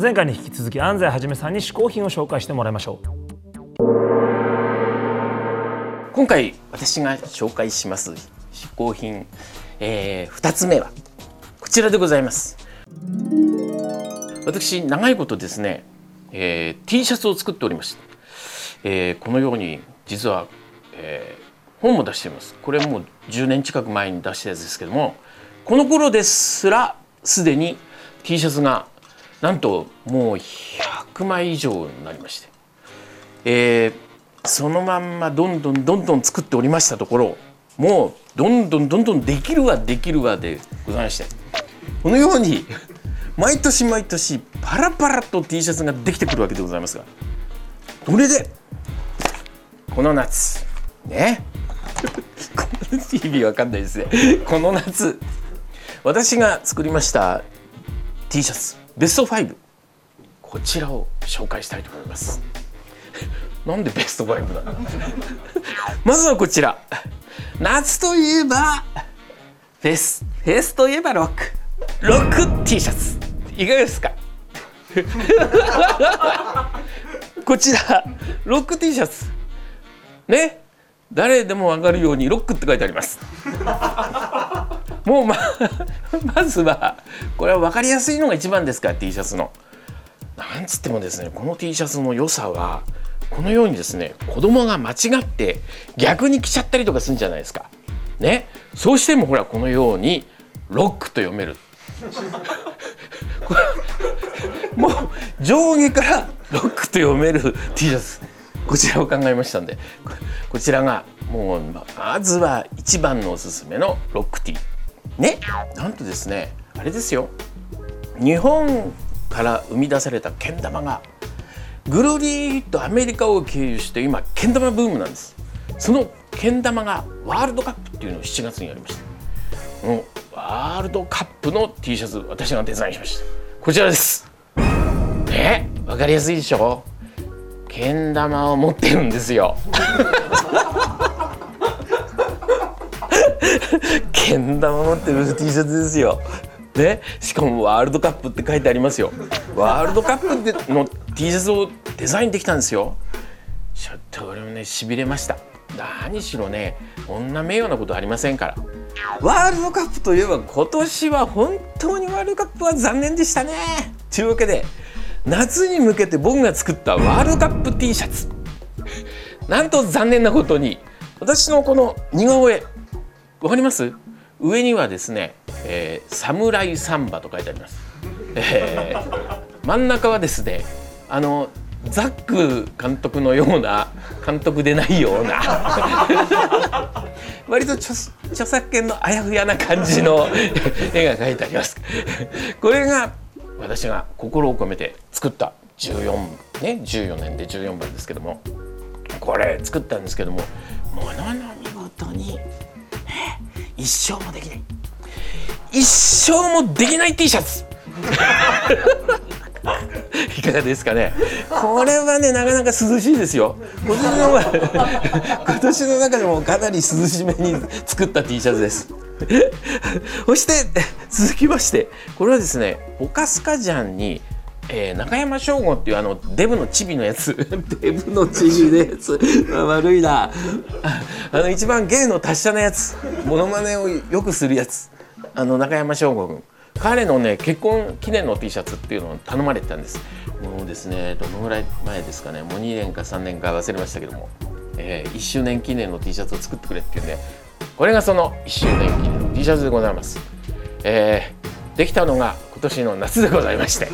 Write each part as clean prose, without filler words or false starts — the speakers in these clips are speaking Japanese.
前回に引き続き安西はじめさんに嗜好品を紹介してもらいましょう。 今回私が紹介します嗜好品、2つ目はこちらでございます。私長いことですね、T シャツを作っておりました。このように実は、本も出しています。これもう10年近く前に出したやつですけども、この頃ですらすでに T シャツがなんともう100枚以上になりまして、そのまんまどんどん作っておりましたところ、もうどんどんできるわでございまして、このように毎年パラパラと T シャツができてくるわけでございますが、それでこの夏ねこの TV わかんないですね。この夏私が作りました T シャツベスト5、こちらを紹介したいと思います。なんでベスト5なのまずはこちら、夏といえばフェスといえばロック T シャツいかがですかこちらロック T シャツね、誰でも分かるようにロックって書いてありますもう まずはこれは分かりやすいのが一番ですから T シャツのなんつってもですね、この T シャツの良さはこのようにですね、子供が間違って逆に着ちゃったりとかするんじゃないですかね。そうしてもほらこのようにロックと読めるこれもう上下からロックと読める T シャツ、こちらを考えましたんで、こちらがもうまずは一番のおすすめのロック T ね。なんとですね、あれですよ、日本から生み出されたけん玉がぐるりっとアメリカを経由して今けん玉ブームなんです。そのけん玉がワールドカップっていうのを7月にやりました。このワールドカップの T シャツ私がデザインしました。こちらですね。わかりやすいでしょ。けん玉を持ってるんですよけん玉を持ってる T シャツですよね。しかもワールドカップって書いてありますよ。ワールドカップの T シャツをデザインできたんですよ。ちょっと俺もねしびれました。何しろね、こんな名誉なことありませんから。ワールドカップといえば今年は本当にワールドカップは残念でしたね。というわけで夏に向けて僕が作ったワールドカップ T シャツなんと残念なことに私のこの似顔絵わかります？上にはですね、サムライサンバと書いてあります。真ん中はですね、ザック監督のような監督でないような割と著作権のあやふやな感じの絵が描いてありますこれが私が心を込めて作った14年で14番ですけども、これ作ったんですけども、ものの見事に一生もできない T シャツいかがですかね。これはねなかなか涼しいですよ。今年の中でもかなり涼しめに作った T シャツですそして続きまして、これはですね、ポカスカジャンに、中山翔吾っていうデブのチビのやつデブのチビのやつ悪いな一番芸の達者なやつ、モノマネをよくするやつ、中山翔吾君、彼のね結婚記念の T シャツっていうのを頼まれてたんです。もうですね、どのぐらい前ですかね、もう2年か3年か忘れましたけども、1周年記念の T シャツを作ってくれっていうんで、これがその1周年記念の T シャツでございます。できたのが今年の夏でございまして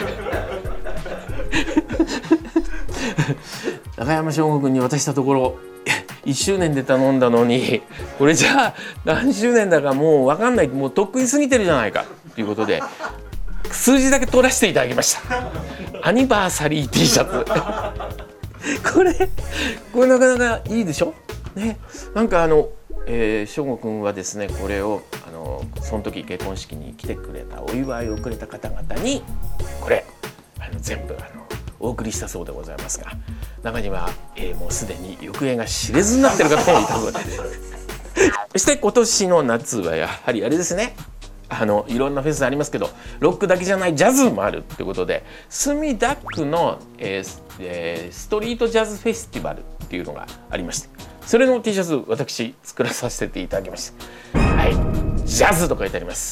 中山翔吾君に渡したところ、1周年で頼んだのにこれじゃあ何周年だかもう分かんない、もうとっくに過ぎてるじゃないかということで数字だけ取らせていただきました。アニバーサリー T シャツこれなかなかいいでしょね。なんか翔吾君はですね、これをその時結婚式に来てくれた、お祝いをくれた方々にこれ全部お送りしたそうでございますが、中には、もうすでに行方が知れずになっている方もいたそうですそして今年の夏はやはりあれですね、 いろんなフェスありますけど、ロックだけじゃないジャズもあるってことで、墨田区の、ストリートジャズフェスティバルっていうのがありまして、それの T シャツ私作らさせていただきました。はい、ジャズと書いてあります。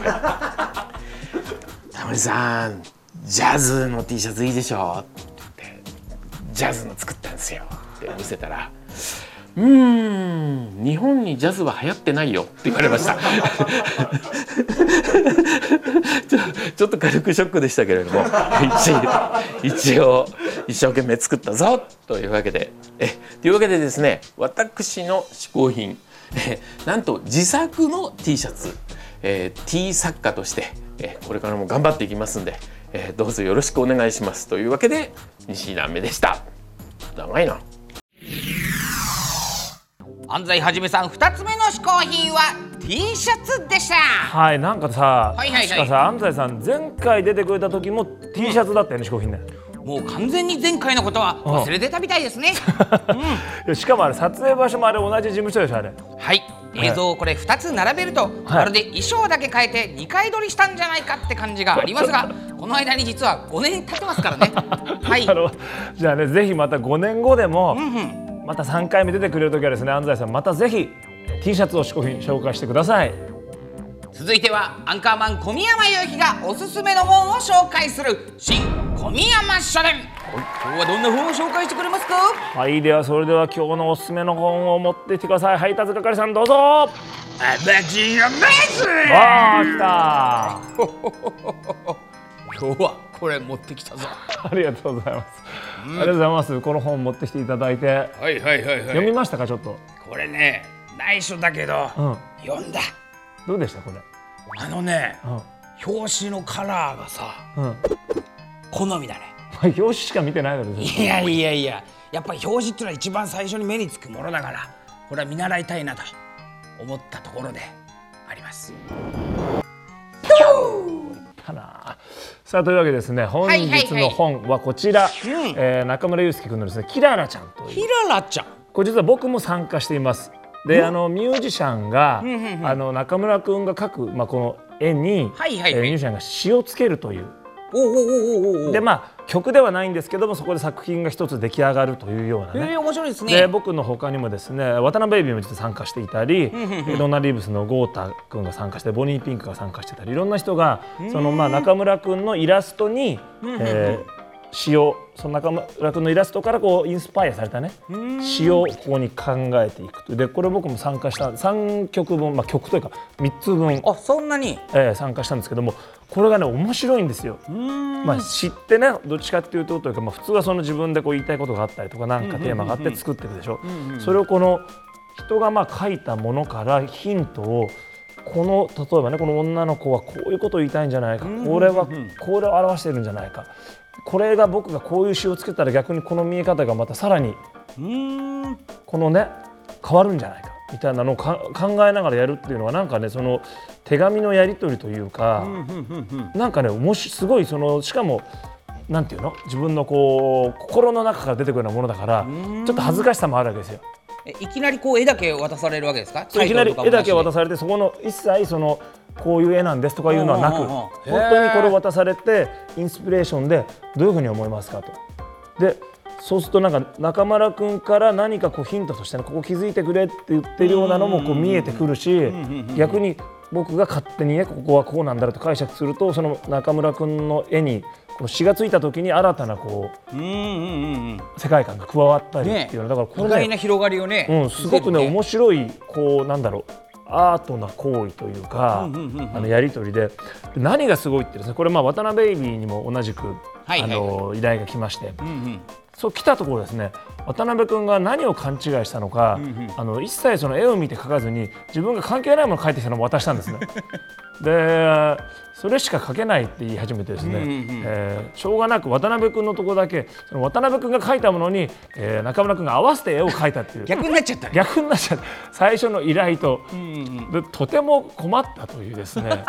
タモリさん、ジャズの T シャツいいでしょって言って、ジャズの作ったんですよって見せたら、日本にジャズは流行ってないよって言われました。ちょっと軽くショックでしたけれども、一応一生懸命作ったぞというわけで、ですね、私の嗜好品、なんと自作の T シャツ、T 作家として、これからも頑張っていきますんで、どうぞよろしくお願いしますというわけで、西段目でした。長いな。 安西はじめさん、2つ目の嗜好品は T シャツでした。 はい、なんかさ、 はいはいはい、 確かさ、安西さん前回出てくれた時も T シャツだったよね、嗜好品ね。 もう完全に前回のことは忘れてたみたいですね。 しかもあれ撮影場所もあれ同じ事務所でしょ、あれ。 はい、映像をこれ2つ並べると、まるで衣装だけ変えて2回撮りしたんじゃないかって感じがありますが、この間に実は5年経ってますからね。はい。 じゃあね、ぜひまた5年後でも、また3回目出てくれる時はですね、安西さんまたぜひ T シャツを嗜好品紹介してください。 続いてはアンカーマン小宮山雄飛がおすすめの本を紹介する新小宮山書店。今日はどんな本を紹介してくれますか？ はい、ではそれでは今日のおすすめの本を持ってきてください。配達係さんどうぞ。 アマジンアメズ。 あー、来た今日はこれ持ってきたぞ。 ありがとうございます、ありがとうございます。この本持ってきていただいて、 はいはいはいはい、 読みましたか？ちょっとこれね、内緒だけど、読んだ。 どうでしたこれ？ 表紙のカラーがさ、好みだね。 表紙しか見てないのです。 いや、やっぱり表紙っていうのは一番最初に目につくものだから、これは見習いたいなと思ったところであります。 さあ、というわけでですね、本日の本はこちら、中村祐介君のですね、キララちゃんという。 キララちゃん、 これ実は僕も参加しています。で、ミュージシャンが、中村君が描く、この絵に、ミュージシャンが詩をつけるという。で、曲ではないんですけども、そこで作品が一つ出来上がるというようなね。 面白いですね。 で、僕の他にもですね、渡辺ベイビーも実は参加していたり、ドナ・リーブスの豪太君が参加して、ボニー・ピンクが参加してたり、いろんな人がその中村君のイラストに詩を、その中村君のイラストからこうインスパイアされたね詩をここに考えていくと。で、これ僕も参加した3曲分、曲というか3つ分、 そんなに、 参加したんですけども、これがね面白いんですよ。詩ってね、どっちかっていうと普通はその自分でこう言いたいことがあったりとか、なんかテーマがあって作ってるでしょ。それをこの人が書いたものからヒントを、例えばね、この女の子はこういうことを言いたいんじゃないか、これを表してるんじゃないか、これが僕がこういう詩をつけたら逆にこの見え方がまたさらにこのね変わるんじゃないかみたいなのを考えながらやるっていうのは、なんかね、その手紙のやり取りというか、なんかねすごい、しかもなんていうの、自分のこう心の中から出てくるようなものだから、ちょっと恥ずかしさもあるわけですよ。 いきなりこう絵だけ渡されるわけですか？ いきなり絵だけ渡されて、そこの一切こういう絵なんですとかいうのはなく、本当にこれを渡されてインスピレーションでどういうふうに思いますかと。で、そうするとなんか中村君から何かこうヒントとして、ここ気づいてくれって言ってるようなのもこう見えてくるし、逆に僕が勝手にね、ここはこうなんだろうと解釈すると、その中村君の絵にこう詩がついた時に新たなこう世界観が加わったりっていうのだから、これね、意外な広がりをね、 すごくね面白い、こうなんだろう、アートな行為というか、やり取りで、何がすごいってですね、これ渡辺ベイビーにも同じく依頼が来まして、そう来たところですね、渡辺君が何を勘違いしたのか、一切その絵を見て描かずに自分が関係ないものを描いてきたのを渡したんですね。で、それしか描けないって言い始めてですね、しょうがなく渡辺君のところだけ、その渡辺君が描いたものに、中村君が合わせて絵を描いたっていう、 逆になっちゃった。 最初の依頼と、でとても困ったというですね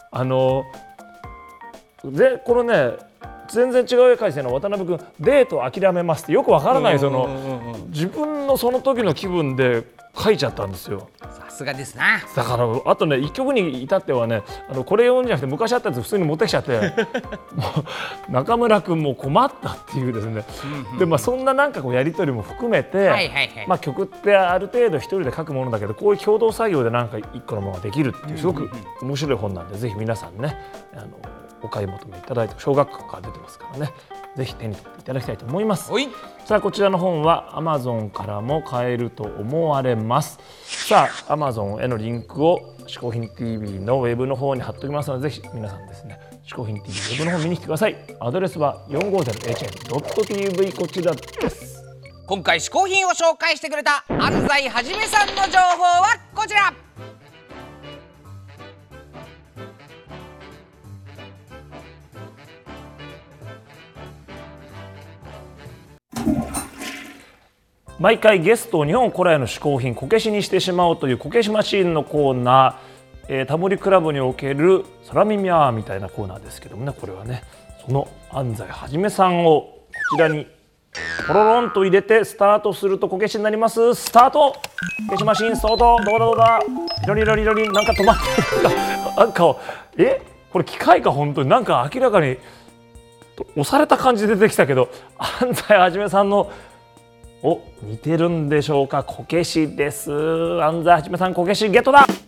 で、このね全然違う絵描いてるの渡辺君、デート諦めますってよくわからない、自分のその時の気分で描いちゃったんですよ。 さすがですな。 だからあとね一曲に至ってはねこれ読んじゃなくて昔あったやつ普通に持ってきちゃってもう中村君も困ったっていうですね、でそんななんかこうやり取りも含めて、曲ってある程度一人で書くものだけどこういう共同作業でなんか一個のものができるっていうすごく面白い本なんで、ぜひ皆さんねお買い求めいただいて、小学校から出てますからね、ぜひ手に取っていただきたいと思います。さあこちらの本は Amazon からも買えると思われます。さあ Amazon へのリンクを嗜好品 TV のウェブの方に貼っておきますので、ぜひ皆さんですね嗜好品 TV ウェブの方見に来てください。アドレスは 450hm.tv こちらです。 今回嗜好品を紹介してくれた安西はじめさんの情報はこちら。 毎回ゲストを日本古来の嗜好品こけしにしてしまおうというこけしマシーンのコーナー、タモリクラブにおける空耳アワーみたいなコーナーですけどもね、これはねその安西はじめさんをこちらにポロロンと入れてスタートするとこけしになります。スタート。こけしマシーンスタート。どうだどうだ。リロリロリロリなんか止まってるなんかこれ機械か本当になんか明らかに押された感じで出てきたけど、安西はじめさんの似てるんでしょうか。こけしです。安西はじめさんこけしゲットだ。